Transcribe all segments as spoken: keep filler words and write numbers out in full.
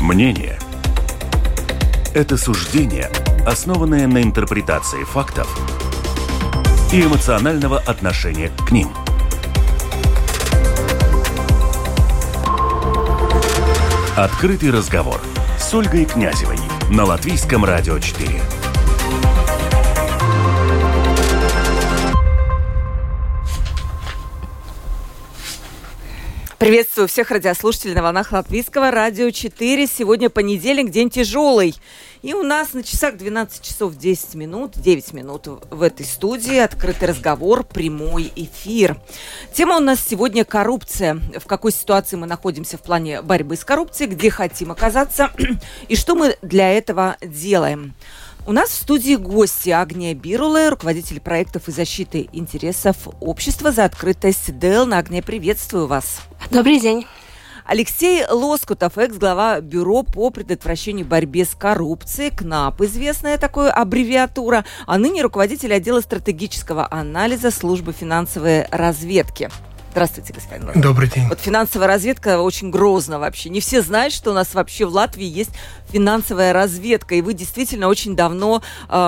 Мнение – это суждение, основанное на интерпретации фактов и эмоционального отношения к ним. Открытый разговор с Ольгой Князевой на Латвийском радио четыре. Приветствую всех радиослушателей на волнах Латвийского радио четыре. Сегодня понедельник, день тяжелый. И у нас на часах двенадцать часов десять минут, девять минут в этой студии. Открытый разговор, прямой эфир. Тема у нас сегодня коррупция. В какой ситуации мы находимся в плане борьбы с коррупцией, где хотим оказаться и что мы для этого делаем. У нас в студии гости Агния Бируле, руководитель проектов и защиты интересов общества за открытость Делна. Агния, приветствую вас. Добрый день. Алексей Лоскутов, экс-глава Бюро по предотвращению и борьбе с коррупцией, КНАП, известная такая аббревиатура, а ныне руководитель отдела стратегического анализа службы финансовой разведки. Здравствуйте, господин Лоскутов. Добрый день. Вот финансовая разведка очень грозно вообще. Не все знают, что у нас вообще в Латвии есть финансовая разведка, и вы действительно очень давно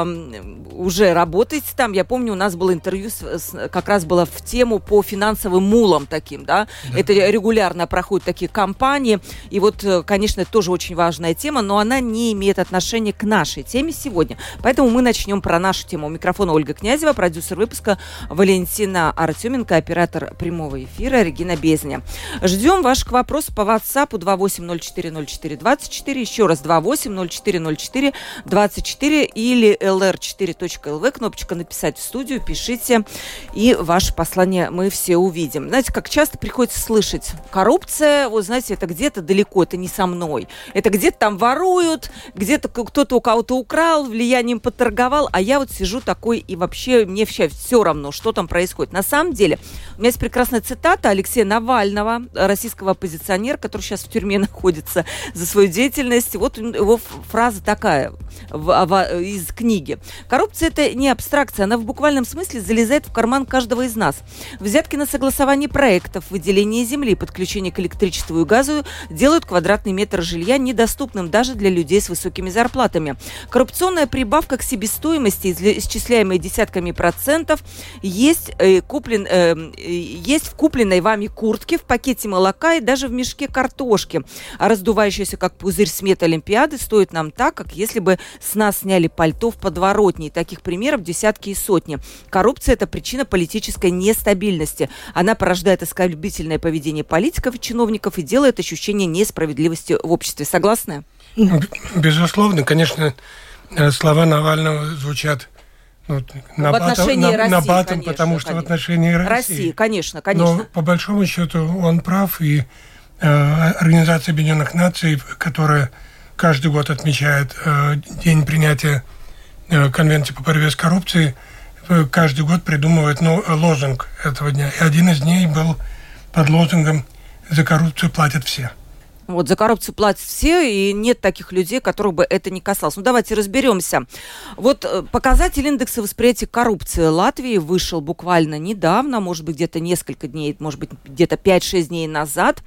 эм, уже работаете там. Я помню, у нас было интервью, с, с, как раз было в тему по финансовым мулам таким, да? да. Это регулярно проходят такие кампании, и вот, конечно, это тоже очень важная тема, но она не имеет отношения к нашей теме сегодня. Поэтому мы начнем про нашу тему. У микрофона Ольга Князева, продюсер выпуска Валентина Артеменко, оператор прямого эфира Регина Безня. Ждем ваших вопросов по WhatsApp два восемь ноль четыре ноль четыре двадцать четыре, еще раз два восемь ноль четыре ноль четыре двадцать четыре или эл эр четыре точка эл ви, кнопочка «Написать в студию», пишите, и ваше послание мы все увидим. Знаете, как часто приходится слышать, коррупция, вот знаете, это где-то далеко, это не со мной, это где-то там воруют, где-то кто-то у кого-то украл, влиянием поторговал, а я вот сижу такой, и вообще мне все равно, что там происходит. На самом деле, у меня есть прекрасная цитата Алексея Навального, российского оппозиционера, который сейчас в тюрьме находится за свою деятельность. Вот его фраза такая в, в, из книги. Коррупция – это не абстракция, она в буквальном смысле залезает в карман каждого из нас. Взятки на согласование проектов, выделение земли, подключение к электричеству и газу делают квадратный метр жилья недоступным даже для людей с высокими зарплатами. Коррупционная прибавка к себестоимости, исчисляемая десятками процентов, есть, э, куплен, э, есть в купленной вами куртке, в пакете молока и даже в мешке картошки. А раздувающаяся как пузырь смета Олимпиады стоит нам так, как если бы с нас сняли пальто в подворотне. И таких примеров десятки и сотни. Коррупция – это причина политической нестабильности. Она порождает оскорбительное поведение политиков и чиновников и делает ощущение несправедливости в обществе. Согласны? Безусловно. Конечно, слова Навального звучат ну, на в отношении батом, России, на батом, конечно, потому что конечно. в отношении России. России, конечно, конечно. Но по большому счету он прав, и э, Организация Объединенных Наций, которая каждый год отмечает э, день принятия э, Конвенции по борьбе с коррупцией, э, каждый год придумывает ну, лозунг этого дня. И один из дней был под лозунгом «За коррупцию платят все». Вот, за коррупцию платят все, и нет таких людей, которых бы это не касалось. Ну, давайте разберемся. Вот показатель индекса восприятия коррупции Латвии вышел буквально недавно, может быть, где-то несколько дней, может быть, где-то пять-шесть дней назад.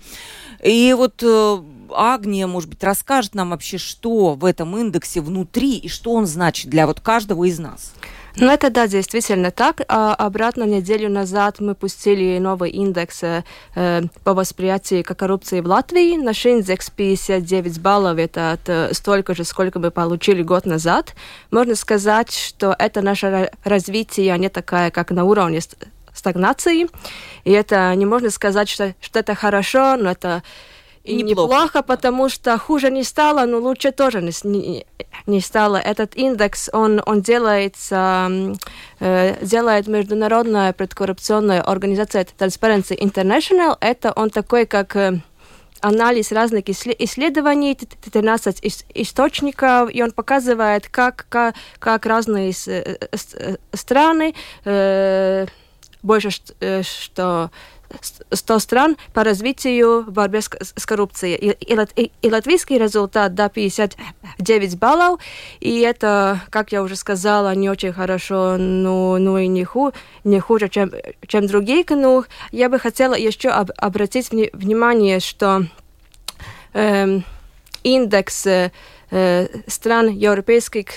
И вот э, Агния, может быть, расскажет нам вообще, что в этом индексе внутри, и что он значит для вот каждого из нас. Ну, это да, действительно так. А обратно неделю назад мы пустили новый индекс э, по восприятию коррупции в Латвии. Наш индекс пятьдесят девять баллов, это от, столько же, сколько мы получили год назад. Можно сказать, что это наше развитие не такое, как на уровне стагнации. И это не можно сказать, что, что это хорошо, но это и неплохо. неплохо, потому что хуже не стало, но лучше тоже не, не стало. Этот индекс, он, он делается, э, делает международная предкоррупционная организация Transparency International. Это он такой, как э, анализ разных исследований, тринадцать источников, и он показывает, как, как, как разные страны, э, больше что... сто стран по развитию борьбы с, с коррупцией. И, и, и латвийский результат, да, пятьдесят девять баллов. И это, как я уже сказала, не очень хорошо, но, но и не, ху, не хуже, чем, чем другие. Но я бы хотела еще об, обратить вни, внимание, что... Эм, индекс стран европейских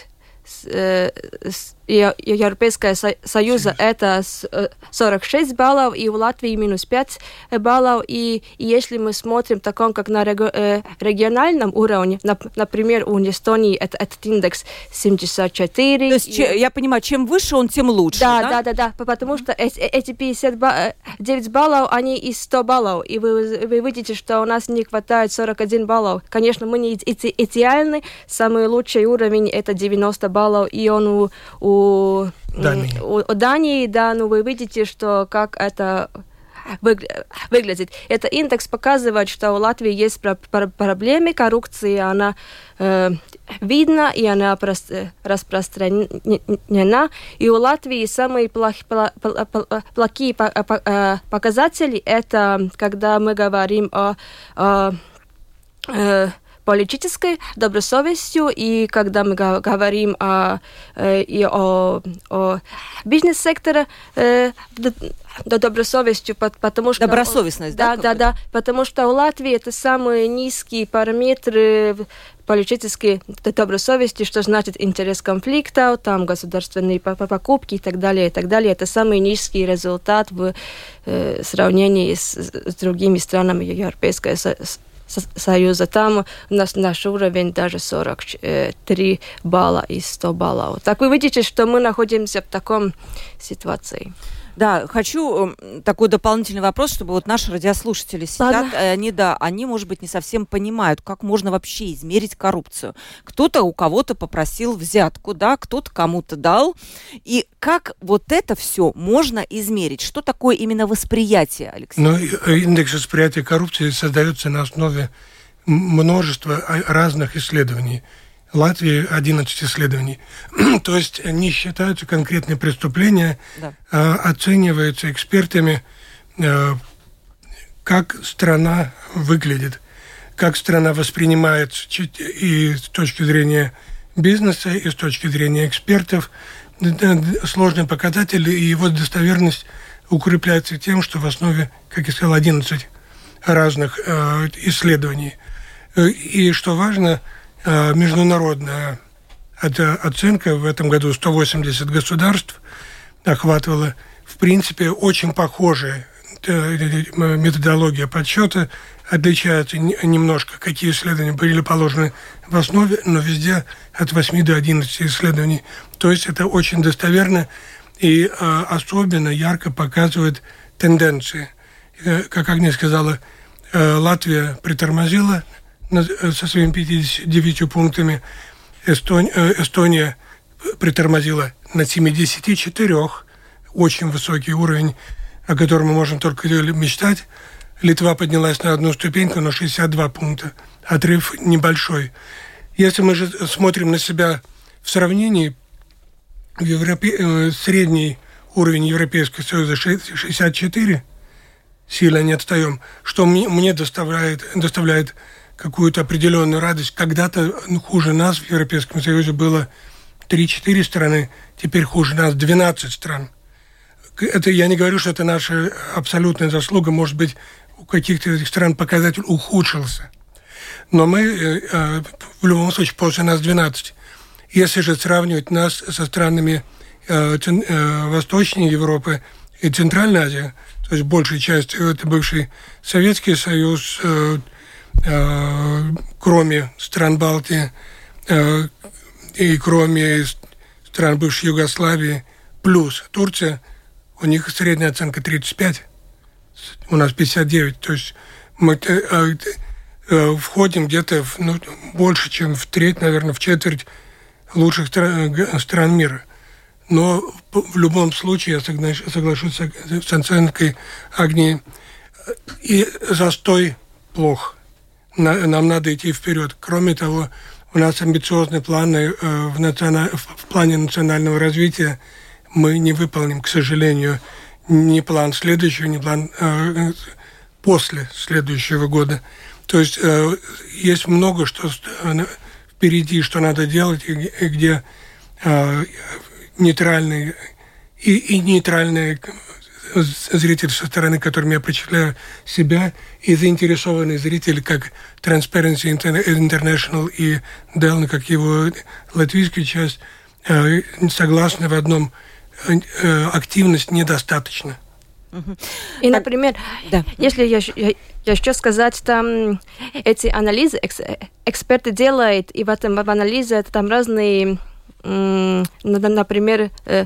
Европейского Союза это сорок шесть баллов, и у Латвии минус пять баллов. И, и если мы смотрим таком, как на региональном уровне, например, у Эстонии это, этот индекс семьдесят четыре. То есть, и... че, я понимаю, чем выше он, тем лучше, да? Да, да, да, да, потому что эти, эти пятьдесят девять баллов, они из ста баллов, и вы, вы видите, что у нас не хватает сорок один баллов. Конечно, мы не идеальны, самый лучший уровень это девяносто баллов, и он у, у У Дании. у Дании, да, ну вы видите, что как это выгля- выглядит. Этот индекс показывает, что у Латвии есть про- про- проблемы, коррупция, она э, видна, и она прос- распространена. И у Латвии самые плохи- плохие показатели, это когда мы говорим о, о э, политической добросовестью, и когда мы говорим о, и о, о бизнес-секторе э, добросовестью, потому что... Добросовестность, да? Да, да, да, потому что у Латвии это самые низкие параметры политической добросовести, что значит интерес конфликта, там государственные покупки и так далее, и так далее. Это самый низкий результат в э, сравнении с, с другими странами Европейского Союза. Там у нас наш уровень даже сорок три балла из ста баллов. Так вы видите, что мы находимся в таком ситуации. Да, хочу такой дополнительный вопрос, чтобы вот наши радиослушатели сидят, Ладно. они, да, они, может быть, не совсем понимают, как можно вообще измерить коррупцию. Кто-то у кого-то попросил взятку, да, кто-то кому-то дал. И как вот это все можно измерить? Что такое именно восприятие, Алексей? Ну, индекс восприятия коррупции создается на основе множества разных исследований. Латвии одиннадцать исследований. То есть не считаются конкретные преступления, да. а оцениваются экспертами, как страна выглядит, как страна воспринимается и с точки зрения бизнеса, и с точки зрения экспертов. Сложные показатели, и его достоверность укрепляется тем, что в основе, как я сказал, одиннадцать разных исследований. И что важно, международная оценка в этом году сто восемьдесят государств охватывала, в принципе, очень похожая методология подсчета, отличается немножко, какие исследования были положены в основе, но везде от восьми до одиннадцати исследований. То есть это очень достоверно и особенно ярко показывает тенденции. Как Агния сказала, Латвия притормозила со своими пятьюдесятью девятью пунктами, Эстония, Эстония притормозила на семидесяти четырёх, очень высокий уровень, о котором мы можем только мечтать. Литва поднялась на одну ступеньку, на шестьдесят два пункта. Отрыв небольшой. Если мы же смотрим на себя в сравнении, в Европе... средний уровень Европейского Союза шестьдесят четыре, сильно не отстаем, что мне, мне доставляет, доставляет какую-то определенную радость. Когда-то хуже нас в Европейском Союзе было три-четыре страны, теперь хуже нас двенадцать стран. Это я не говорю, что это наша абсолютная заслуга. Может быть, у каких-то этих стран показатель ухудшился. Но мы э, в любом случае после нас двенадцать. Если же сравнивать нас со странами э, э, Восточной Европы и Центральной Азии, то есть большей частью это бывший Советский Союз, э, э, кроме стран Балтии э, и кроме стран бывшей Югославии, плюс Турция, у них средняя оценка тридцать пять, у нас пятьдесят девять. То есть мы э, э, входим где-то в, ну, больше, чем в треть, наверное, в четверть лучших стран, стран мира. Но в любом случае я соглашусь с оценкой Агнии. И застой плох. Нам надо идти вперед. Кроме того, у нас амбициозные планы в, национа... в плане национального развития. Мы не выполним, к сожалению, ни план следующего, ни план э, после следующего года. То есть э, есть много что впереди, что надо делать, и, и где э, нейтральные и, и нейтральные зритель со стороны, которым я причисляю себя, и заинтересованный зритель, как Transparency International и Дэл, как его латвийская часть, согласны в одном: активность недостаточно. И, например, да. если я, я, я хочу сказать, там эти анализы экс, эксперты делают, и в этом в анализе там разные, м, например, э,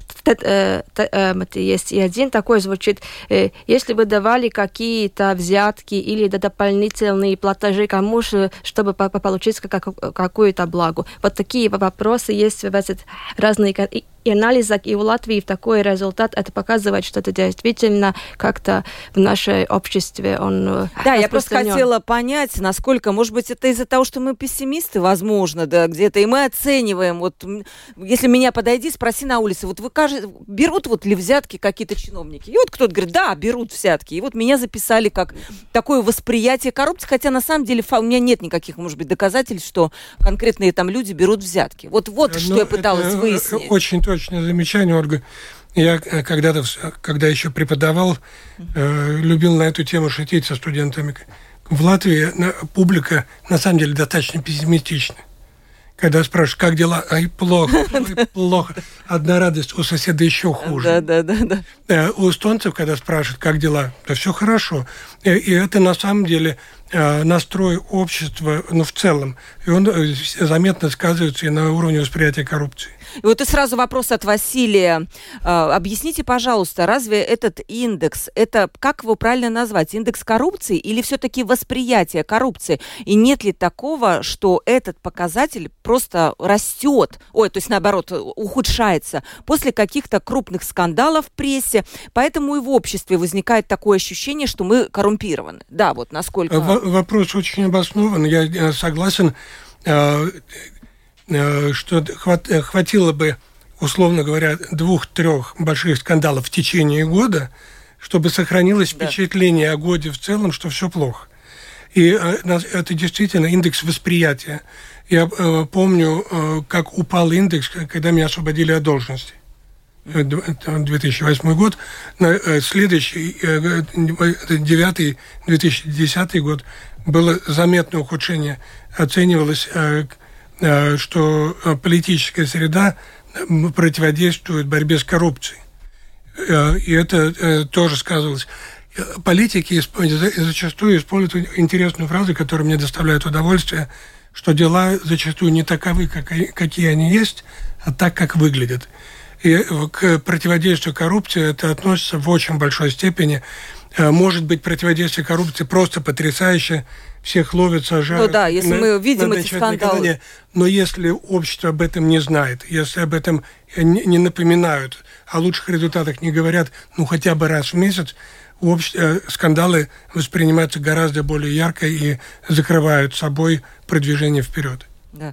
т, т, э, есть и один такой звучит: э, если вы давали какие-то взятки или дополнительные платежи кому-то, чтобы получить какую-то благо. Вот такие вопросы есть в этих разных и анализах, и в Латвии такой результат, это показывает, что это действительно как-то в нашем обществе он Да, я просто хотела понять, насколько, может быть, это из-за того, что мы пессимисты, возможно, да, где-то, и мы оцениваем, вот, если меня подойди, спроси на улице, вот вы, кажется, берут вот ли взятки какие-то чиновники? И вот кто-то говорит, да, берут взятки, и вот меня записали как такое восприятие коррупции, хотя на самом деле у меня нет никаких, может быть, доказательств, что конкретные там люди берут взятки. Вот, вот что я пыталась выяснить. Очень точное замечание, Ольга. Я когда-то, когда еще преподавал, э, любил на эту тему шутить со студентами. В Латвии публика на самом деле достаточно пессимистична. Когда спрашивают, как дела? Ай, плохо, ой, плохо. Одна радость, у соседа еще хуже. Да, да, да, да. У эстонцев, когда спрашивают, как дела? Да все хорошо. И это на самом деле настрой общества, ну, в целом. И он заметно сказывается и на уровне восприятия коррупции. И вот и сразу вопрос от Василия. Объясните, пожалуйста, разве этот индекс, это, как его правильно назвать, индекс коррупции или все-таки восприятие коррупции? И нет ли такого, что этот показатель просто растет, ой, то есть наоборот, ухудшается после каких-то крупных скандалов в прессе, поэтому и в обществе возникает такое ощущение, что мы коррумпированы. Да, вот насколько... Вопрос очень обоснован, я согласен, что хватило бы, условно говоря, двух-трех больших скандалов в течение года, чтобы сохранилось да. впечатление о годе в целом, что все плохо. И это действительно индекс восприятия. Я помню, как упал индекс, когда меня освободили от должности. две тысячи восьмой год. Следующий, девятый, две тысячи десятый год, было заметное ухудшение. Оценивалось, что политическая среда противодействует борьбе с коррупцией. И это тоже сказывалось. Политики зачастую используют интересную фразу, которая мне доставляет удовольствие, что дела зачастую не таковы, какие они есть, а так, как выглядят. И к противодействию коррупции это относится в очень большой степени. Может быть, противодействие коррупции просто потрясающе, всех ловят, сажают. Ну да, если на, мы видим эти скандалы. Но если общество об этом не знает, если об этом не, не напоминают, о лучших результатах не говорят, ну хотя бы раз в месяц, общество, скандалы воспринимаются гораздо более ярко и закрывают собой продвижение вперед. Да.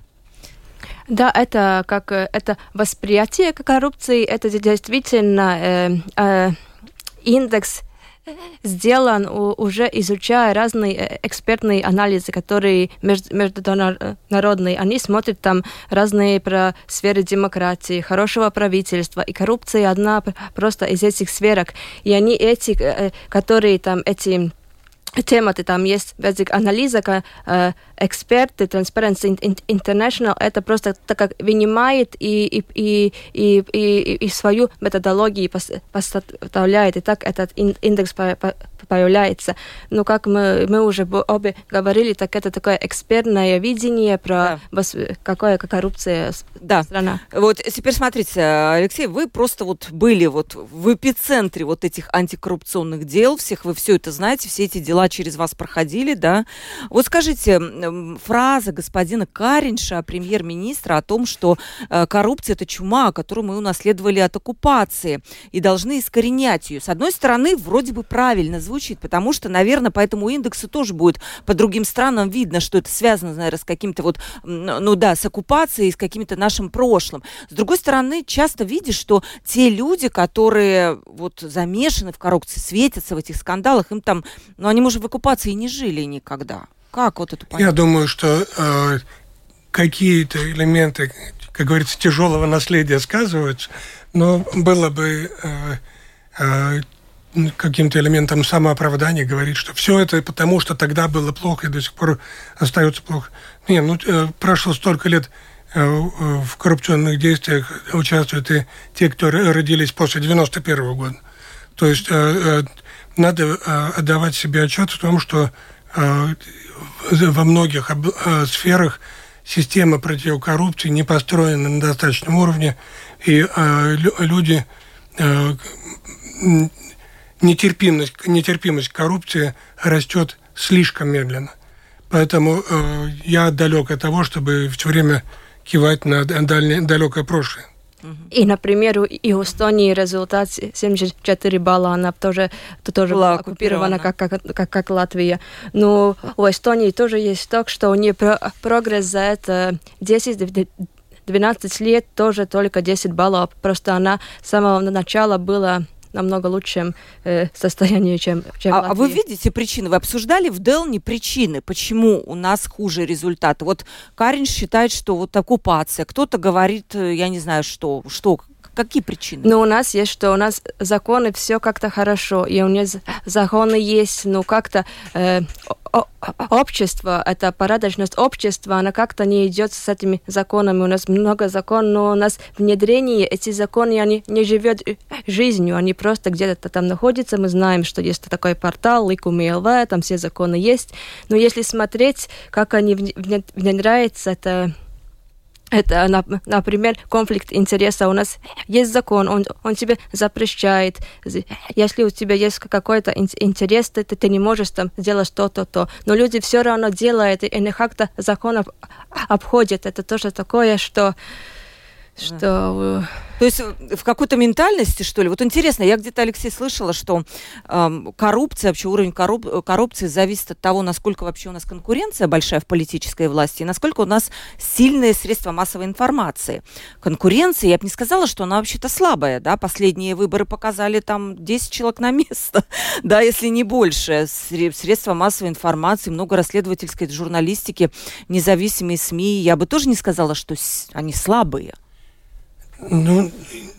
Да, это как это восприятие коррупции, это действительно э, э, индекс сделан уже изучая разные экспертные анализы, которые международные. Они смотрят там разные про сферы демократии, хорошего правительства, и коррупция одна просто из этих сферок. И они эти, которые там эти темы, там есть в этих анализах, э, эксперты Transparency International это просто так как вынимает и, и, и, и, и, и свою методологию поставляет, и так этот индекс появляется. Но как мы, мы уже обе говорили, так это такое экспертное видение про да. какая коррупция да. страна. Вот теперь смотрите, Алексей, вы просто вот были вот в эпицентре вот этих антикоррупционных дел, всех вы все это знаете, все эти дела через вас проходили, да? Вот скажите, фраза господина Каринша, премьер-министра, о том, что э, коррупция – это чума, которую мы унаследовали от оккупации, и должны искоренять ее. С одной стороны, вроде бы правильно звучит, потому что, наверное, по этому индексу тоже будет по другим странам видно, что это связано, наверное, с каким-то вот, ну да, с оккупацией, с каким-то нашим прошлым. С другой стороны, часто видишь, что те люди, которые вот замешаны в коррупции, светятся в этих скандалах, им там, ну, они, может, в оккупации и не жили никогда. Как вот это понять? Я думаю, что э, какие-то элементы, как говорится, тяжелого наследия сказываются, но было бы э, э, каким-то элементом самооправдания говорить, что все это потому, что тогда было плохо и до сих пор остается плохо. Не, ну, прошло столько лет, в коррупционных действиях участвуют и те, кто родились после девяносто первого года. То есть надо отдавать себе отчет в том, что во многих сферах система противокоррупции не построена на достаточном уровне, и люди... Нетерпимость, нетерпимость к коррупции растет слишком медленно. Поэтому э, я далек от того, чтобы все время кивать на дальнее, далекое прошлое. И, например, и у Эстонии результат семьдесят четыре балла, она тоже, тоже была оккупирована, как, как, как, как Латвия. Но у Эстонии тоже есть так, что у нее прогресс за это десять-двенадцать лет тоже только десять баллов. Просто она с самого начала была намного лучшем э, состоянии, чем, чем а, Латвия. А вы видите причины? Вы обсуждали в Делне причины, почему у нас хуже результаты? Вот Карин считает, что вот оккупация. Кто-то говорит, я не знаю, что, что какие причины? Ну, у нас есть, что у нас законы, все как-то хорошо, и у нас законы есть, ну, как-то э, общество, это порядочность общества, она как-то не идет с этими законами. У нас много законов, но у нас внедрение, эти законы, они не живут жизнью, они просто где-то там находятся. Мы знаем, что есть такой портал Ликumi точка эл ви, там все законы есть. Но если смотреть, как они внедряются, это... Это, например, конфликт интереса. У нас есть закон, он, он тебе запрещает. Если у тебя есть какой-то интерес, ты, ты не можешь там сделать то-то, то. Но люди все равно делают, и они как-то закон обходят. Это тоже такое, что... что... То есть в какой-то ментальности, что ли? Вот интересно, я где-то, Алексей, слышала, что э, коррупция, вообще уровень корруп- коррупции зависит от того, насколько вообще у нас конкуренция большая в политической власти, и насколько у нас сильные средства массовой информации. Конкуренция, я бы не сказала, что она вообще-то слабая, да, последние выборы показали там десять человек на место, да, если не больше. Средства массовой информации, много расследовательской журналистики, независимые СМИ, я бы тоже не сказала, что они слабые. Ну,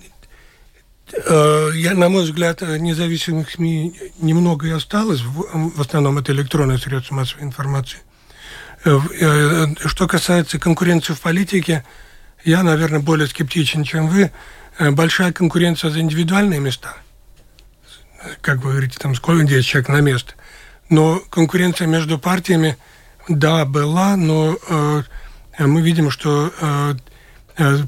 э, я, на мой взгляд, независимых СМИ немного и осталось. В, в основном это электронные средства массовой информации. Э, э, что касается конкуренции в политике, я, наверное, более скептичен, чем вы. Э, большая конкуренция за индивидуальные места. Как вы говорите, там сколько десять человек на место. Но конкуренция между партиями, да, была, но э, мы видим, что... Э, э,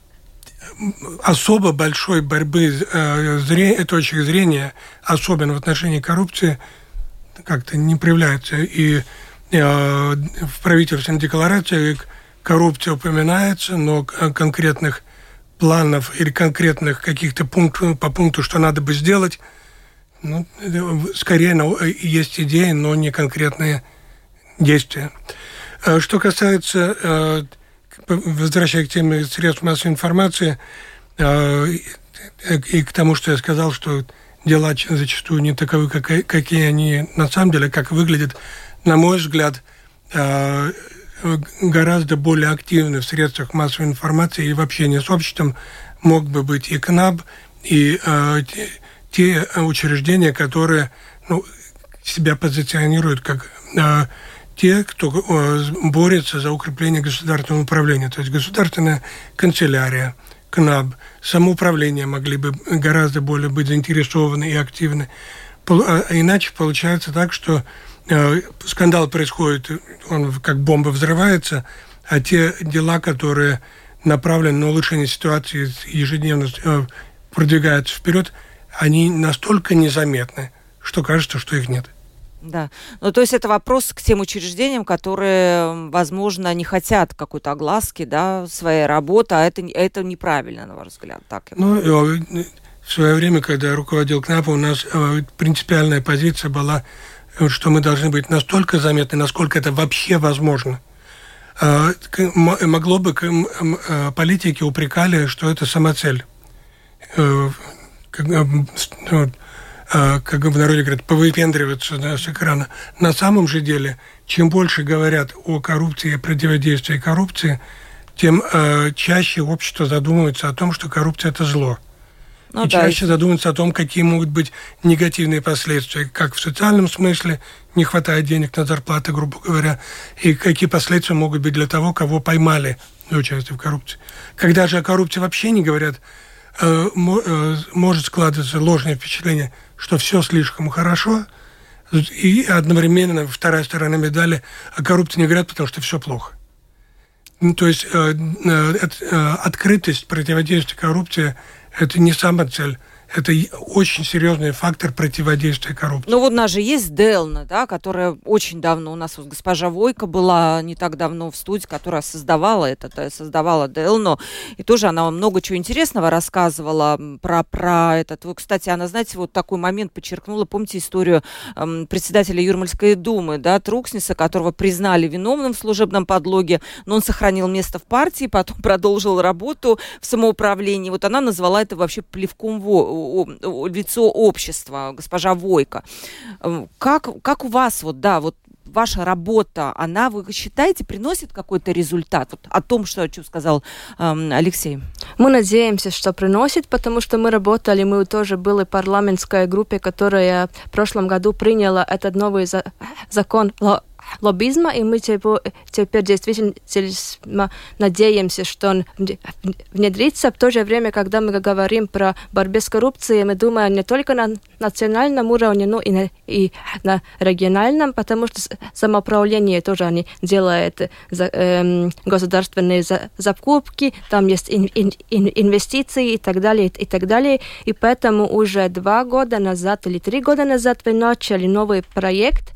особо большой борьбы э, зрения, точек зрения, особенно в отношении коррупции, как-то не проявляется. И э, в правительственной декларации коррупция упоминается, но конкретных планов или конкретных каких-то пунктов по пункту, что надо бы сделать, ну, скорее ну, есть идеи, но не конкретные действия. Что касается... Э, возвращаясь к теме средств массовой информации э, и к тому, что я сказал, что дела зачастую не таковы, как, какие они на самом деле, как выглядят, на мой взгляд, э, гораздо более активны в средствах массовой информации и в общении с обществом мог бы быть и КНАБ, и э, те, те учреждения, которые ну, себя позиционируют как... Э, те, кто борется за укрепление государственного управления. То есть государственная канцелярия, КНАБ, самоуправление могли бы гораздо более быть заинтересованы и активны. А иначе получается так, что э, скандал происходит, он как бомба взрывается, а те дела, которые направлены на улучшение ситуации, ежедневно э, продвигаются вперед, они настолько незаметны, что кажется, что их нет. Да. Ну, то есть это вопрос к тем учреждениям, которые, возможно, не хотят какой-то огласки, да, своей работы, а это, это неправильно, на ваш взгляд. Так, ну, в свое время, когда я руководил КНАПом, у нас принципиальная позиция была, что мы должны быть настолько заметны, насколько это вообще возможно. Могло бы политики упрекали, что это самоцель. Как в народе говорят, повыпендриваться, да, с экрана. На самом же деле, чем больше говорят о коррупции и противодействии коррупции, тем э, чаще общество задумывается о том, что коррупция – это зло. Ну, и да, чаще и... задумываться о том, какие могут быть негативные последствия, как в социальном смысле, не хватает денег на зарплаты, грубо говоря, и какие последствия могут быть для того, кого поймали за участие в коррупции. Когда же о коррупции вообще не говорят, может складываться ложное впечатление, что все слишком хорошо, и одновременно вторая сторона медали о коррупции не говорят, потому что все плохо. Ну, то есть э, э, открытость противодействия коррупции – это не сама цель. Это очень серьезный фактор противодействия коррупции. Ну вот у нас же есть Делна, да, которая очень давно, у нас вот госпожа Войко была не так давно в студии, которая создавала это, создавала Делну, и тоже она много чего интересного рассказывала про, про этот. Кстати, она, знаете, вот такой момент подчеркнула, помните историю эм, председателя Юрмальской думы, да, Труксниса, которого признали виновным в служебном подлоге, но он сохранил место в партии, потом продолжил работу в самоуправлении. Вот она назвала это вообще плевком в лицо общества, госпожа Войко. Как, как у вас, вот, да, вот ваша работа, она, вы считаете, приносит какой-то результат? Вот о том, что, что сказал эм, Алексей. Мы надеемся, что приносит, потому что мы работали, мы тоже были в парламентской группе, которая в прошлом году приняла этот новый за- закон лоббизма, и мы теперь действительно надеемся, что он внедрится. В то же время, когда мы говорим про борьбу с коррупцией, мы думаем не только на национальном уровне, но и на, и на региональном, потому что самоуправление тоже они делают за, э, государственные за, закупки, там есть ин, ин, ин, инвестиции и так далее, и так далее. И поэтому уже два года назад или три года назад вы начали новый проект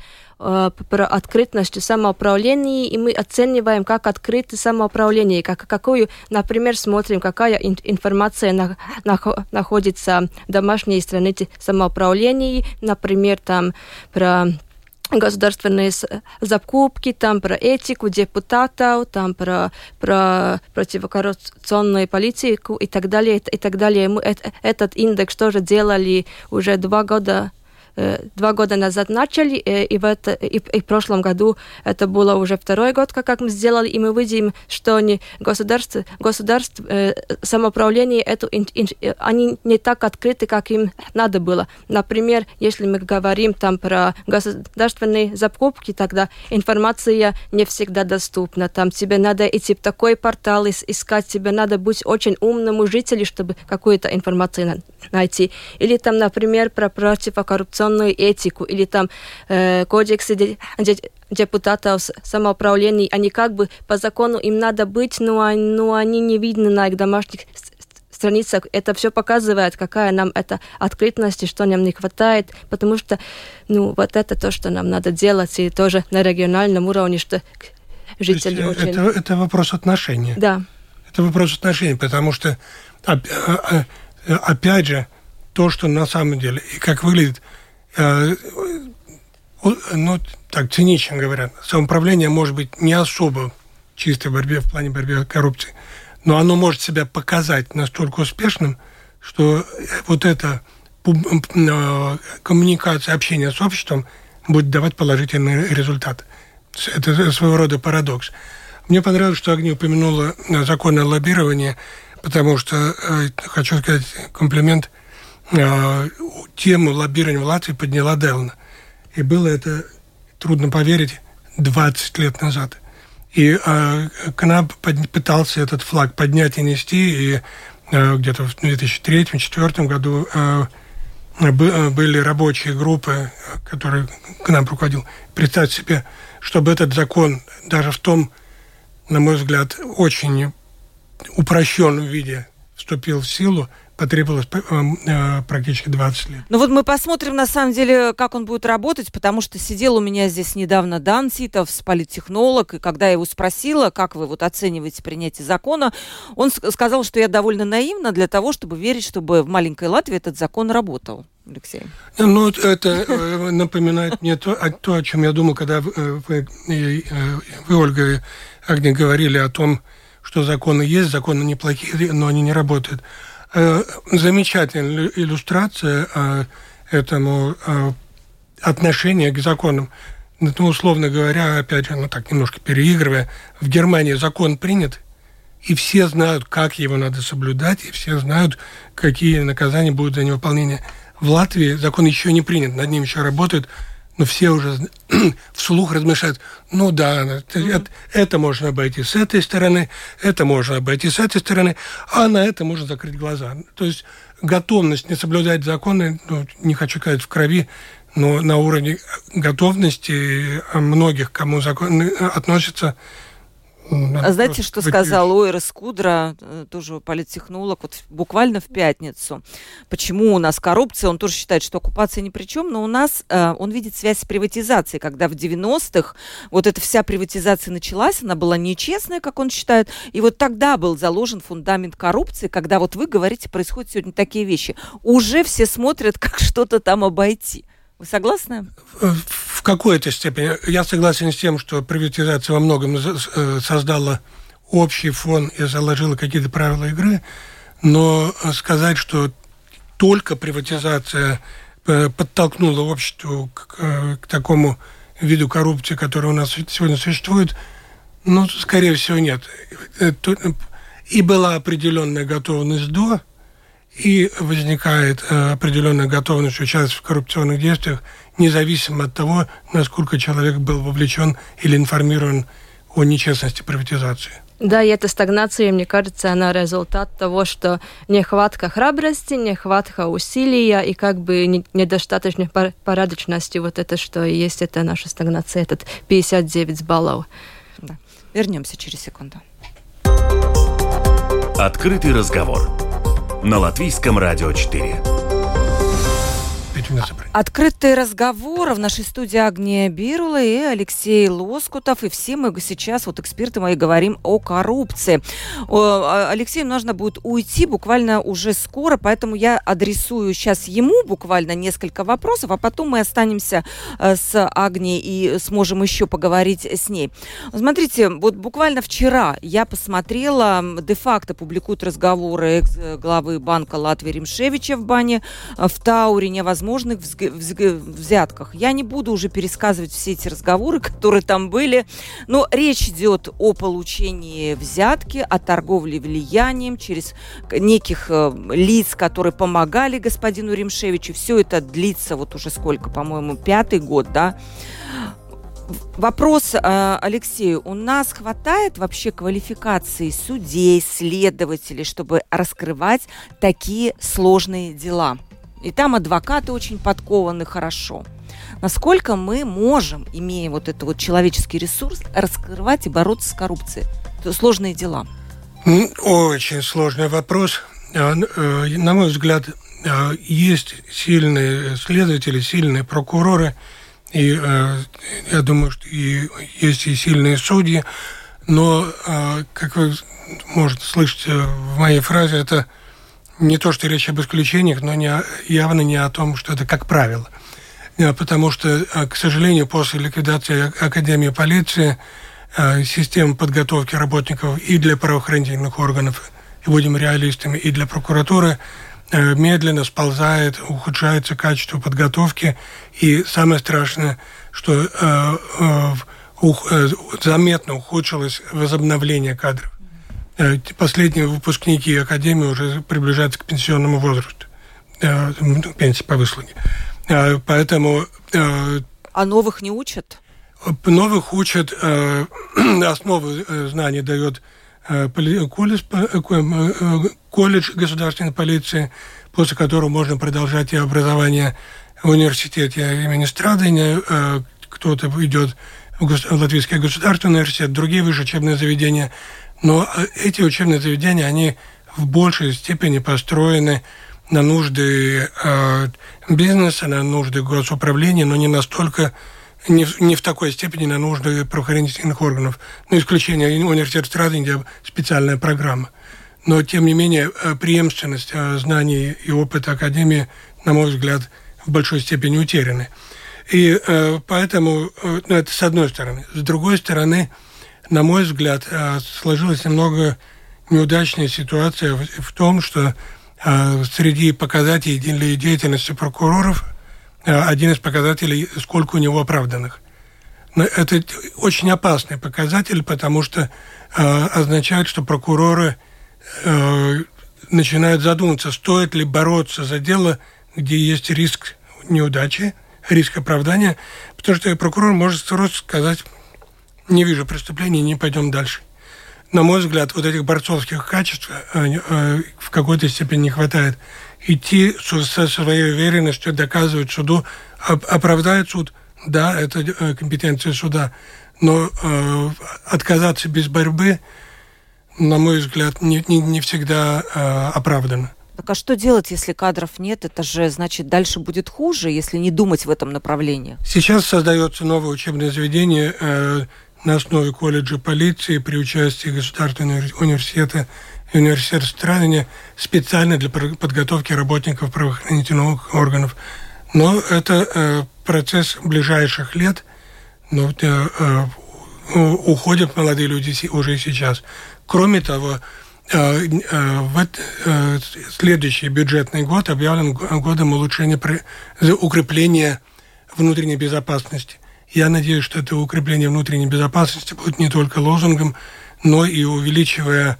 про открытность самоуправления, и мы оцениваем, как открыто самоуправление, как, какую, например, смотрим, какая ин, информация на, на, находится в домашней странице самоуправления, например, там про государственные закупки, там про этику депутатов, там про, про противокоррупционную политику и так далее, и так далее. Мы этот индекс тоже делали уже два года Два года назад начали, и в, это, и, и в прошлом году это было уже второй год, как, как мы сделали, и мы видим, что не государство, государство э, самоуправление, это, ин, ин, они не так открыты, как им надо было. Например, если мы говорим там про государственные закупки, тогда информация не всегда доступна. Там тебе надо идти в такой портал искать, тебе надо быть очень умному жителю, чтобы какую-то информацию найти. Или там, например, про противокоррупционную этику, или там э, кодексы де, де, депутатов самоуправления, они как бы по закону им надо быть, но, но они не видны на их домашних страницах. Это все показывает, какая нам эта открытность, и что нам не хватает, потому что, ну, вот это то, что нам надо делать, и тоже на региональном уровне, что жители очень... Это, это вопрос отношения. Да. Это вопрос отношений, потому что, опять же, то, что на самом деле, и как выглядит, ну, так цинично говорят, самоуправление может быть не особо в чистой борьбе, в плане борьбы с коррупцией, но оно может себя показать настолько успешным, что вот эта коммуникация, общение с обществом будет давать положительный результат. Это своего рода парадокс. Мне понравилось, что Агния упомянула законное лоббирование, потому что, хочу сказать комплимент, тему лоббирования в Латвии подняла Делна. И было это, трудно поверить, двадцать лет назад. И э, КНАП под, пытался этот флаг поднять и нести, и э, где-то в две тысячи третьем — две тысячи четвёртом году э, были рабочие группы, которые КНАП руководил. Представьте себе, чтобы этот закон даже в том, на мой взгляд, очень упрощенном виде вступил в силу, потребовалось э, практически двадцать лет. Ну вот мы посмотрим, на самом деле, как он будет работать, потому что сидел у меня здесь недавно Дан Ситов, политтехнолог, и когда я его спросила, как вы вот оцениваете принятие закона, он сказал, что я довольно наивна для того, чтобы верить, чтобы в маленькой Латвии этот закон работал. Алексей. Ну, это напоминает мне то, то, о чем я думал, когда вы, вы, вы Ольга и Агния, говорили о том, что законы есть, законы неплохие, но они не работают. Замечательная иллюстрация этому отношения к законам. Ну, условно говоря, опять же, ну так немножко переигрывая, в Германии закон принят, и все знают, как его надо соблюдать, и все знают, какие наказания будут за невыполнение. В Латвии закон еще не принят, над ним еще работают, но все уже вслух размышляют, ну да, это, mm-hmm. это можно обойти с этой стороны, это можно обойти с этой стороны, а на это можно закрыть глаза. То есть готовность не соблюдать законы, ну, не хочу сказать в крови, но на уровне готовности многих, к кому законы относятся. А знаете, что сказал Ойра Скудра, тоже политтехнолог, вот буквально в пятницу? Почему у нас коррупция? Он тоже считает, что оккупация ни при чем, но у нас он видит связь с приватизацией, когда в девяностых вот эта вся приватизация началась, она была нечестная, как он считает, и вот тогда был заложен фундамент коррупции, когда вот вы говорите, происходят сегодня такие вещи. Уже все смотрят, как что-то там обойти. Вы согласны? В какой-то степени. Я согласен с тем, что приватизация во многом создала общий фон и заложила какие-то правила игры, но сказать, что только приватизация подтолкнула общество к, к такому виду коррупции, который у нас сегодня существует, ну, скорее всего, нет. И была определенная готовность до, и возникает э, определенная готовность участвовать в коррупционных действиях, независимо от того, насколько человек был вовлечен или информирован о нечестности приватизации. Да, и эта стагнация, мне кажется, она результат того, что нехватка храбрости, нехватка усилия и как бы недостаточной порядочности. Вот это, что и есть, это наша стагнация, этот пятьдесят девять баллов. Да. Вернемся через секунду. Открытый разговор на Латвийском радио четыре. Открытый разговор. В нашей студии Агния Бирула и Алексей Лоскутов. И все мы сейчас, вот эксперты мои, говорим о коррупции. О, Алексею нужно будет уйти буквально уже скоро, поэтому я адресую сейчас ему буквально несколько вопросов, а потом мы останемся с Агнией и сможем еще поговорить с ней. Смотрите, вот буквально вчера я посмотрела, де-факто публикуют разговоры экс-главы Банка Латвии Римшевича в бане в Таурине, возможных взятках. Я не буду уже пересказывать все эти разговоры, которые там были, но речь идет о получении взятки, о торговле влиянием через неких э, лиц, которые помогали господину Римшевичу. Все это длится вот уже сколько, по-моему, пятый год, да? Вопрос, э, Алексею, у нас хватает вообще квалификации судей, следователей, чтобы раскрывать такие сложные дела? И там адвокаты очень подкованы хорошо. Насколько мы можем, имея вот этот вот человеческий ресурс, раскрывать и бороться с коррупцией? Это сложные дела. Очень сложный вопрос. На мой взгляд, есть сильные следователи, сильные прокуроры, и я думаю, что и есть и сильные судьи, но, как вы можете слышать в моей фразе, это не то, что речь об исключениях, но не, явно не о том, что это как правило. Потому что, к сожалению, после ликвидации Академии полиции система подготовки работников и для правоохранительных органов, и будем реалистами, и для прокуратуры медленно сползает, ухудшается качество подготовки. И самое страшное, что заметно ухудшилось возобновление кадров. Последние выпускники Академии уже приближаются к пенсионному возрасту. Пенсия по выслуге. Поэтому... А новых не учат? Новых учат. Основы знаний дает колледж, колледж государственной полиции, после которого можно продолжать и образование в университете имени Страдания. Кто-то идет в Латвийский государственный университет, другие высшие учебные заведения. Но эти учебные заведения, они в большей степени построены на нужды э, бизнеса, на нужды госуправления, но не настолько, не в, не в такой степени на нужды правоохранительных органов. На исключение университета Страдания, где специальная программа. Но, тем не менее, преемственность э, знаний и опыта Академии, на мой взгляд, в большой степени утеряны. И э, поэтому, э, ну, это с одной стороны. С другой стороны, на мой взгляд, сложилась немного неудачная ситуация в том, что среди показателей деятельности прокуроров один из показателей, сколько у него оправданных. это очень опасный показатель, потому что э, означает, что прокуроры э, начинают задумываться, стоит ли бороться за дело, где есть риск неудачи, риск оправдания, потому что прокурор может сразу сказать: не вижу преступления, не пойдем дальше. На мой взгляд, вот этих борцовских качеств э, э, в какой-то степени не хватает. Идти со своей уверенностью, доказывать суду, оправдает суд, да, это компетенция суда, но э, отказаться без борьбы, на мой взгляд, не, не, не всегда э, оправдано. Так а что делать, если кадров нет? Это же, значит, дальше будет хуже, если не думать в этом направлении. Сейчас создается новое учебное заведение э, на основе колледжа полиции при участии Государственного университета и университета Страдания специально для подготовки работников правоохранительных органов. Но это э, процесс ближайших лет, но э, э, уходят молодые люди уже сейчас. Кроме того, э, э, в э, следующий бюджетный год объявлен годом улучшения, укрепления внутренней безопасности. Я надеюсь, что это укрепление внутренней безопасности будет не только лозунгом, но и увеличивая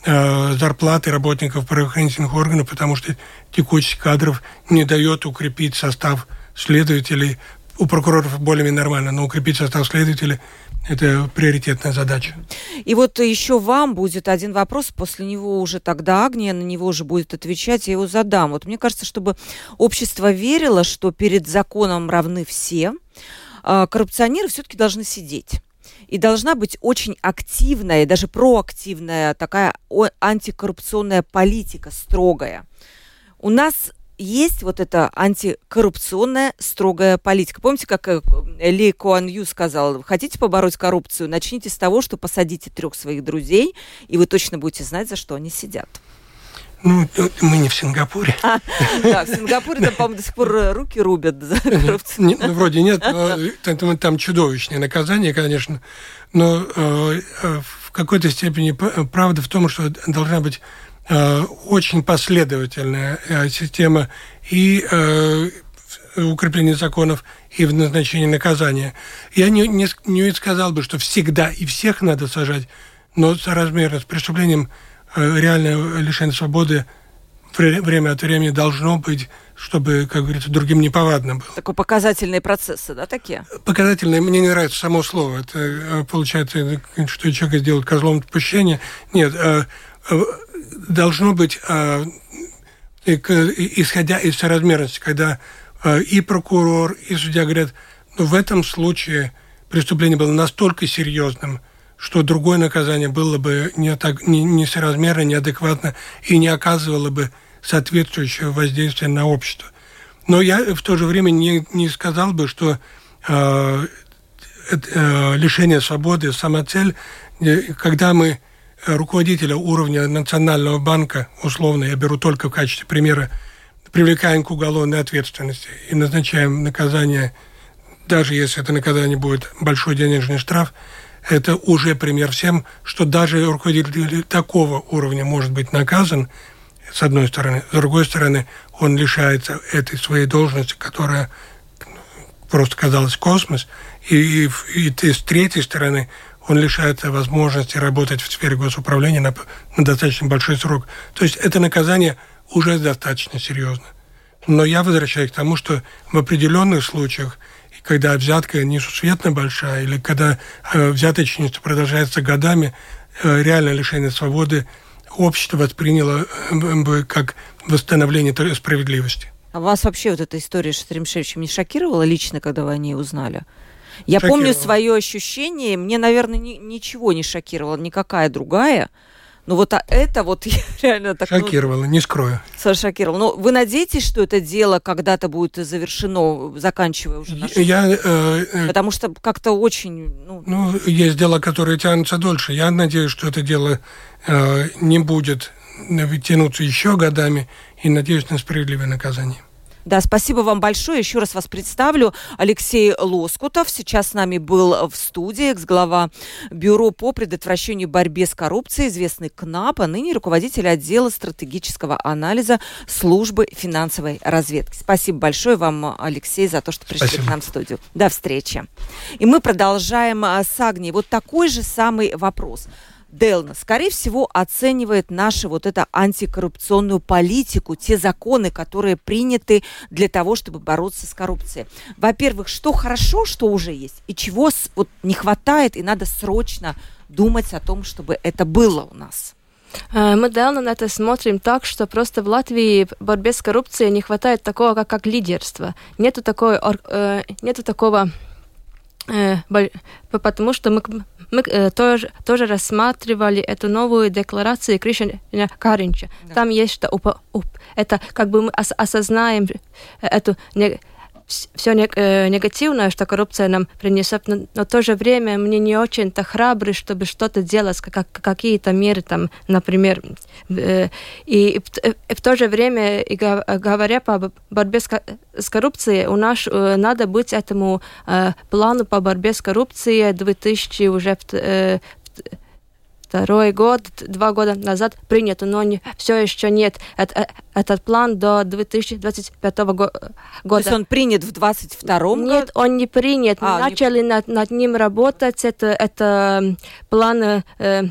э, зарплаты работников правоохранительных органов, потому что текучесть кадров не дает укрепить состав следователей. У прокуроров более-менее нормально, но укрепить состав следователей – это приоритетная задача. И вот еще вам будет один вопрос, после него уже тогда Агния на него уже будет отвечать, я его задам. Вот мне кажется, чтобы общество верило, что перед законом равны все, коррупционеры все-таки должны сидеть. И должна быть очень активная, даже проактивная такая антикоррупционная политика, строгая. У нас есть вот эта антикоррупционная строгая политика. Помните, как Ли Куан Ю сказал: хотите побороть коррупцию, начните с того, что посадите трех своих друзей, и вы точно будете знать, за что они сидят. Ну, мы не в Сингапуре. А, да, в Сингапуре, там, по-моему, до сих пор руки рубят за коррупцию. Не, ну, вроде нет, но там, там чудовищное наказание, конечно. Но э, в какой-то степени правда в том, что должна быть э, очень последовательная э, система и э, укрепления законов, и в назначении наказания. Я не, не, не сказал бы, что всегда и всех надо сажать, но соразмерно с преступлением реальное лишение свободы время от времени должно быть, чтобы, как говорится, другим неповадно было. Такой показательные процессы, да, такие? Показательные. Мне не нравится само слово. Это получается, что человека сделают козлом отпущения. Нет, должно быть, исходя из соразмерности, когда и прокурор, и судья говорят: ну, в этом случае преступление было настолько серьезным, что другое наказание было бы не так, не, несоразмерно, неадекватно и не оказывало бы соответствующего воздействия на общество. Но я в то же время не, не сказал бы, что э, э, лишение свободы – самоцель. Когда мы руководителя уровня Национального банка, условно, я беру только в качестве примера, привлекаем к уголовной ответственности и назначаем наказание, даже если это наказание будет большой денежный штраф, это уже пример всем, что даже руководитель такого уровня может быть наказан, с одной стороны. С другой стороны, он лишается этой своей должности, которая просто казалась космос. И, и, и с третьей стороны, он лишается возможности работать в сфере госуправления на, на достаточно большой срок. То есть это наказание уже достаточно серьезно. Но я возвращаюсь к тому, что в определенных случаях, когда взятка несусветно большая, или когда э, взяточничество продолжается годами, э, реальное лишение свободы общество восприняло э, бы как восстановление справедливости. А вас вообще вот эта история с Римшевичем не шокировала лично, когда вы о ней узнали? Я помню свое ощущение, мне, наверное, ни, ничего не шокировало, никакая другая. Ну вот а это вот реально так... Шокировало, ну, не скрою. Шокировало. Но вы надеетесь, что это дело когда-то будет завершено, заканчивая уже нашу... Я, э, э, Потому что как-то очень... Ну... ну, есть дела, которые тянутся дольше. Я надеюсь, что это дело э, не будет тянуться еще годами, и надеюсь на справедливое наказание. Да, спасибо вам большое. Еще раз вас представлю. Алексей Лоскутов сейчас с нами был в студии, экс-глава Бюро по предотвращению и борьбе с коррупцией, известный КНАП, а ныне руководитель отдела стратегического анализа службы финансовой разведки. Спасибо большое вам, Алексей, за то, что пришли Спасибо. К нам в студию. До встречи. И мы продолжаем с Агнией. Вот такой же самый вопрос. Делна, скорее всего, оценивает нашу вот эту антикоррупционную политику, те законы, которые приняты для того, чтобы бороться с коррупцией. Во-первых, что хорошо, что уже есть, и чего вот не хватает, и надо срочно думать о том, чтобы это было у нас. Мы давно на это смотрим так, что просто в Латвии в борьбе с коррупцией не хватает такого, как, как лидерства. Нету, такой, э, нету такого... Потому что мы, мы э, тоже, тоже рассматривали эту новую декларацию Кришьяна Каринча. Да. Там есть что уп, уп, это как бы мы ос, осознаем эту не, все не, э, негативное, что коррупция нам принесет, но, но в то же время мне не очень-то храбры, чтобы что-то делать, как, какие-то меры там, например. Э, и, и, и в то же время, и говоря по борьбе с, с коррупцией, у нас э, надо быть этому э, плану по борьбе с коррупцией две тысячи уже э, Второй год, два года назад принято, но не, все еще нет. Это, этот план до две тысячи двадцать пятого года. То есть он принят в двадцать втором году? Нет, он не принят. Мы а, начали не... над, над ним работать. Это, это план э,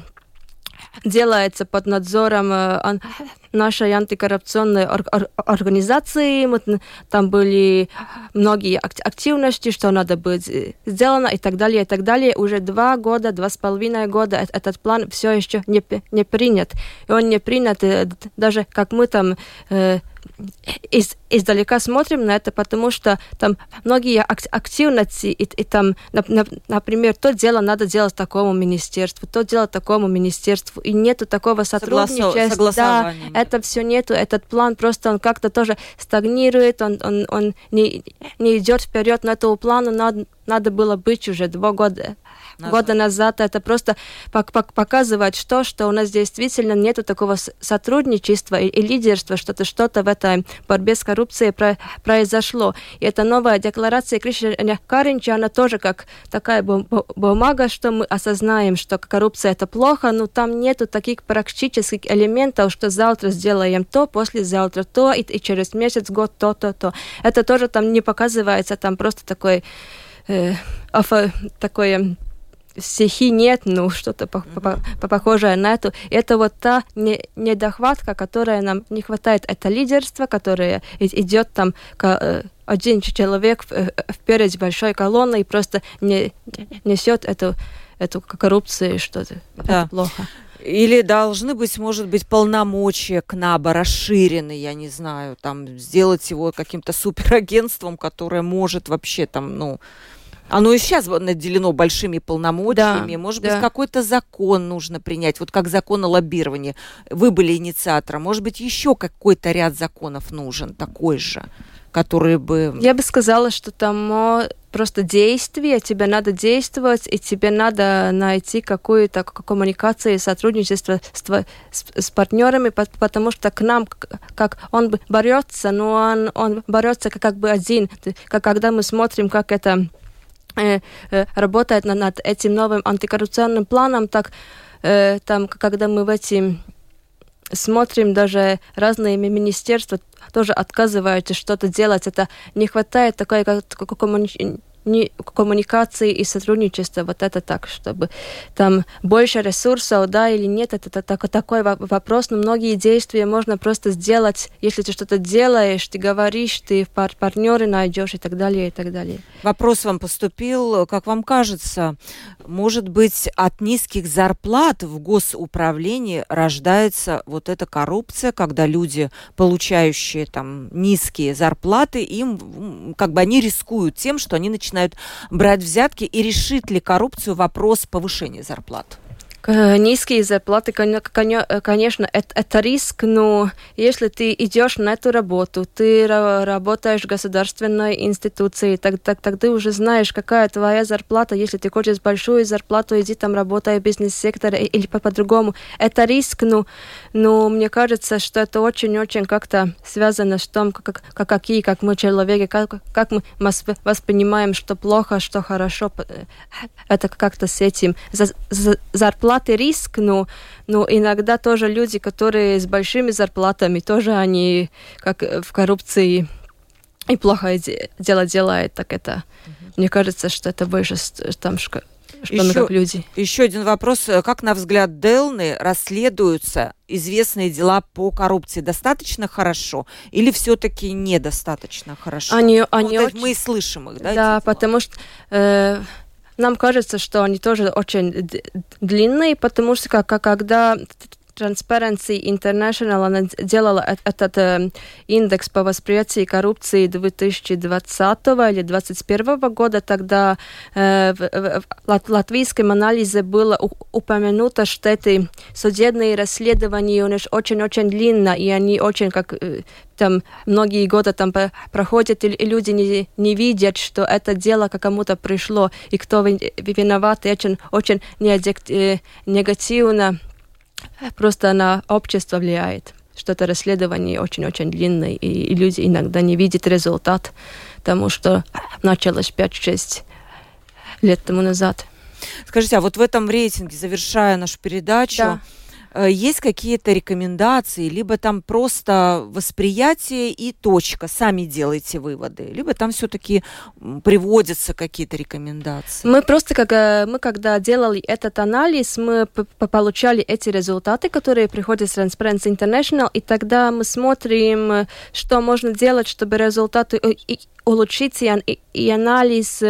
делается под надзором э, нашей антикоррупционной ор- ор- организации. Мы, там были многие активности, что надо быть сделано и так далее, и так далее. Уже два года, два с половиной года этот план все еще не, не принят. И он не принят, даже как мы там э, из, издалека смотрим на это, потому что там многие активности, и, и там, например, то дело надо делать такому министерству, то дело такому министерству, и нету такого сотрудничества. Да, это все нету, этот план просто он как-то тоже стагнирует, он, он, он не, не идет вперед, но этому плану надо, надо было быть уже два года. Назад. Года назад. Это просто показывает, что, что у нас действительно нету такого сотрудничества и, и лидерства, что-то, что-то в этой борьбе с коррупцией про, произошло. И эта новая декларация Кришьяна Каринча, она тоже как такая бумага, что мы осознаем, что коррупция это плохо, но там нету таких практических элементов, что завтра сделаем то, послезавтра то, и, и через месяц, год то, то, то. Это тоже там не показывается, там просто такой э, афо, такое... стихи нет, ну, что-то mm-hmm. похожее на это. Это вот та не, недохватка, которая нам не хватает. Это лидерство, которое идет там к, один человек вперед большой колонной и просто не, несет эту, эту коррупцию, что-то. Да. Это плохо. Или должны быть, может быть, полномочия КНАБа расширены, я не знаю, там, сделать его каким-то суперагентством, которое может вообще там, ну... Оно и сейчас наделено большими полномочиями. Да, Может да. быть, какой-то закон нужно принять, вот как закон о лоббировании. Вы были инициатором. Может быть, еще какой-то ряд законов нужен, такой же, который бы... Я бы сказала, что там просто действие, тебе надо действовать, и тебе надо найти какую-то коммуникацию и сотрудничество с, с, с партнерами, потому что к нам, как он борется, но он, он борется как бы один. Как когда мы смотрим, как это... работает над этим новым антикоррупционным планом, так э, там, когда мы в эти смотрим, даже разные министерства тоже отказываются что-то делать, это не хватает такой как, коммуни... коммуникации и сотрудничества, вот это так, чтобы там больше ресурсов, да или нет, это, это, это такой вопрос, но многие действия можно просто сделать, если ты что-то делаешь, ты говоришь, ты пар- партнеры найдешь и так далее, и так далее. Вопрос вам поступил, как вам кажется, может быть, от низких зарплат в госуправлении рождается вот эта коррупция, когда люди, получающие там низкие зарплаты, им как бы они рискуют тем, что они начинают начинают брать взятки, и решит ли коррупцию вопрос повышения зарплат? Низкие зарплаты, конечно, это, это риск, но если ты идешь на эту работу, ты работаешь в государственной институции, так, так, так ты уже знаешь, какая твоя зарплата. Если ты хочешь большую зарплату, иди там работай в бизнес-секторе или по-другому. Это риск, но, но мне кажется, что это очень-очень как-то связано с тем, как, как, какие, как мы человеки, как, как мы воспринимаем, что плохо, что хорошо. Это как-то с этим. Зарплата риск, но, но иногда тоже люди, которые с большими зарплатами, тоже они как в коррупции и плохое дело делают, так это, угу. Мне кажется, что это больше там, что еще, мы как люди. Еще один вопрос. Как, на взгляд Делны, расследуются известные дела по коррупции? Достаточно хорошо или все-таки недостаточно хорошо? Они, они вот очень... Мы слышим их, да? Да, потому что... Э... Нам кажется, что они тоже очень длинные, потому что как, когда Transparency International она делала этот э, индекс по восприятию коррупции две тысячи двадцатого или две тысячи двадцать первого года, тогда э, в, в латвийском анализе было упомянуто, что эти судебные расследования у них очень-очень длинные, и они очень как... Э, там многие годы там проходят, и люди не, не видят, что это дело к кому-то пришло, и кто виноват, и очень, очень негативно просто на общество влияет. Что это расследование очень-очень длинное, и, и люди иногда не видят результат тому, что началось пять-шесть лет тому назад. Скажите, а вот в этом рейтинге, завершая нашу передачу, да. Есть какие-то рекомендации, либо там просто восприятие и точка, сами делайте выводы, либо там все-таки приводятся какие-то рекомендации? Мы просто, как, мы когда делали этот анализ, мы получали эти результаты, которые приходят с Transparency International, и тогда мы смотрим, что можно делать, чтобы результаты улучшить, и, и анализ...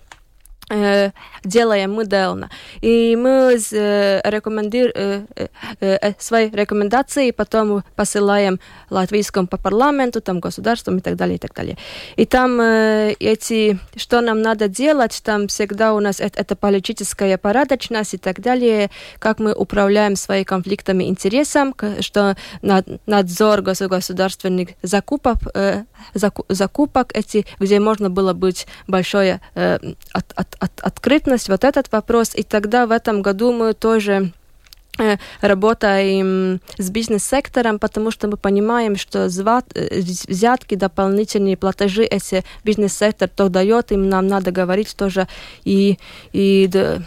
делаем мы Делна. И мы э, рекомендуем э, э, свои рекомендации, потом посылаем латвийскому парламенту, там, государствам и так далее, и так далее. И там э, эти, что нам надо делать, там всегда у нас это, это политическая порядочность и так далее, как мы управляем своими конфликтами интересов, что надзор государственных закупок, э, закупок эти, где можно было быть большое э, от, от От, открытность, вот этот вопрос. И тогда в этом году мы тоже э, работаем с бизнес-сектором, потому что мы понимаем, что зват, э, взятки, дополнительные платежи, эти бизнес-сектор то дает, им нам надо говорить тоже и, и да,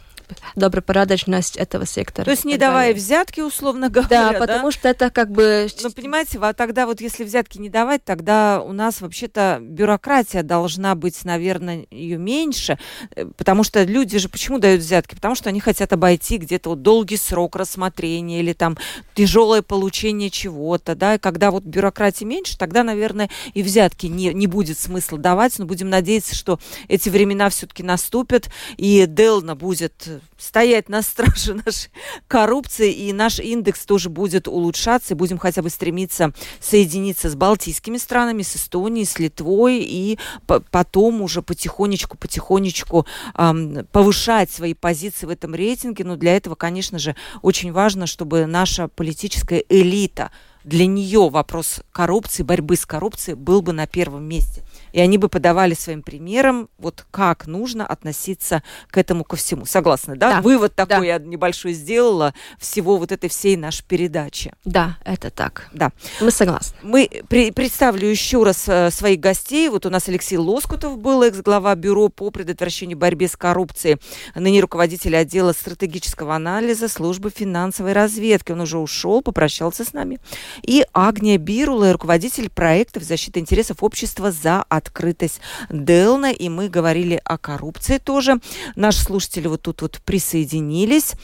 добропорядочность этого сектора. То есть не давая взятки, условно говоря, да? Да, потому что это как бы... Ну, понимаете, а тогда вот если взятки не давать, тогда у нас вообще-то бюрократия должна быть, наверное, ее меньше, потому что люди же почему дают взятки? Потому что они хотят обойти где-то вот долгий срок рассмотрения или там тяжелое получение чего-то, да, и когда вот бюрократии меньше, тогда, наверное, и взятки не, не будет смысла давать, но будем надеяться, что эти времена все-таки наступят, и Делна будет стоять на страже нашей коррупции, и наш индекс тоже будет улучшаться, и будем хотя бы стремиться соединиться с балтийскими странами, с Эстонией, с Литвой, и по- потом уже потихонечку-потихонечку эм, повышать свои позиции в этом рейтинге. Но для этого, конечно же, очень важно, чтобы наша политическая элита, для нее вопрос коррупции, борьбы с коррупцией был бы на первом месте. И они бы подавали своим примером, вот как нужно относиться к этому ко всему. Согласны, да? Да. Вывод такой Да. я небольшой сделала всего вот этой всей нашей передачи. Да, это так. Да. Мы согласны. Мы при, представлю еще раз э, своих гостей. Вот у нас Алексей Лоскутов был, экс-глава Бюро по предотвращению борьбы с коррупцией, ныне руководитель отдела стратегического анализа службы финансовой разведки. Он уже ушел, попрощался с нами. И Агния Бирула, руководитель проектов защиты интересов общества за открытость Делна. И мы говорили о коррупции тоже. Наши слушатели вот тут вот присоединились,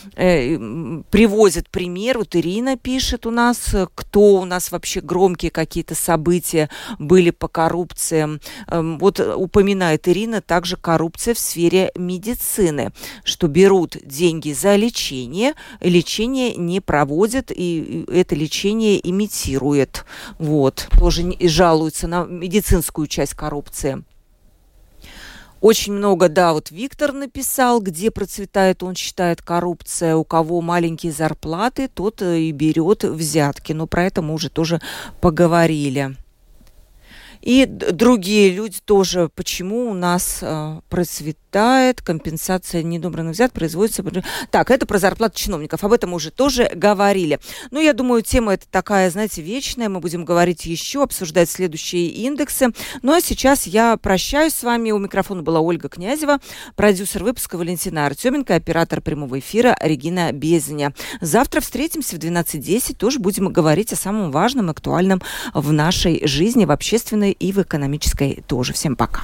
э, привозят пример. Вот Ирина пишет у нас, кто у нас вообще громкие какие-то события были по коррупции. Э, вот упоминает Ирина также коррупция в сфере медицины, что берут деньги за лечение, лечение не проводят, и это лечение имитирует. Вот. Тоже жалуются на медицинскую часть коррупции. Очень много, да, вот Виктор написал, где процветает, он считает, коррупция. У кого маленькие зарплаты, тот и берет взятки. Но про это мы уже тоже поговорили. И другие люди тоже, почему у нас э, процветает компенсация недобранных взят, производится... Так, это про зарплаты чиновников, об этом мы уже тоже говорили. Ну, я думаю, тема эта такая, знаете, вечная, мы будем говорить еще, обсуждать следующие индексы. Ну, а сейчас я прощаюсь с вами. У микрофона была Ольга Князева, продюсер выпуска Валентина Артеменко, оператор прямого эфира Регина Безеня. Завтра встретимся в двенадцать десять, тоже будем говорить о самом важном, актуальном в нашей жизни, в общественной и в экономической тоже. Всем пока.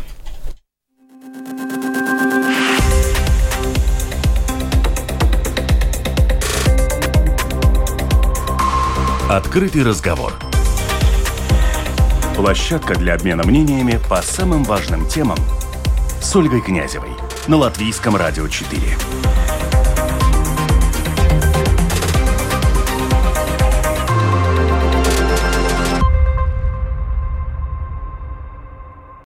Открытый разговор. Площадка для обмена мнениями по самым важным темам с Ольгой Князевой на Латвийском радио четыре.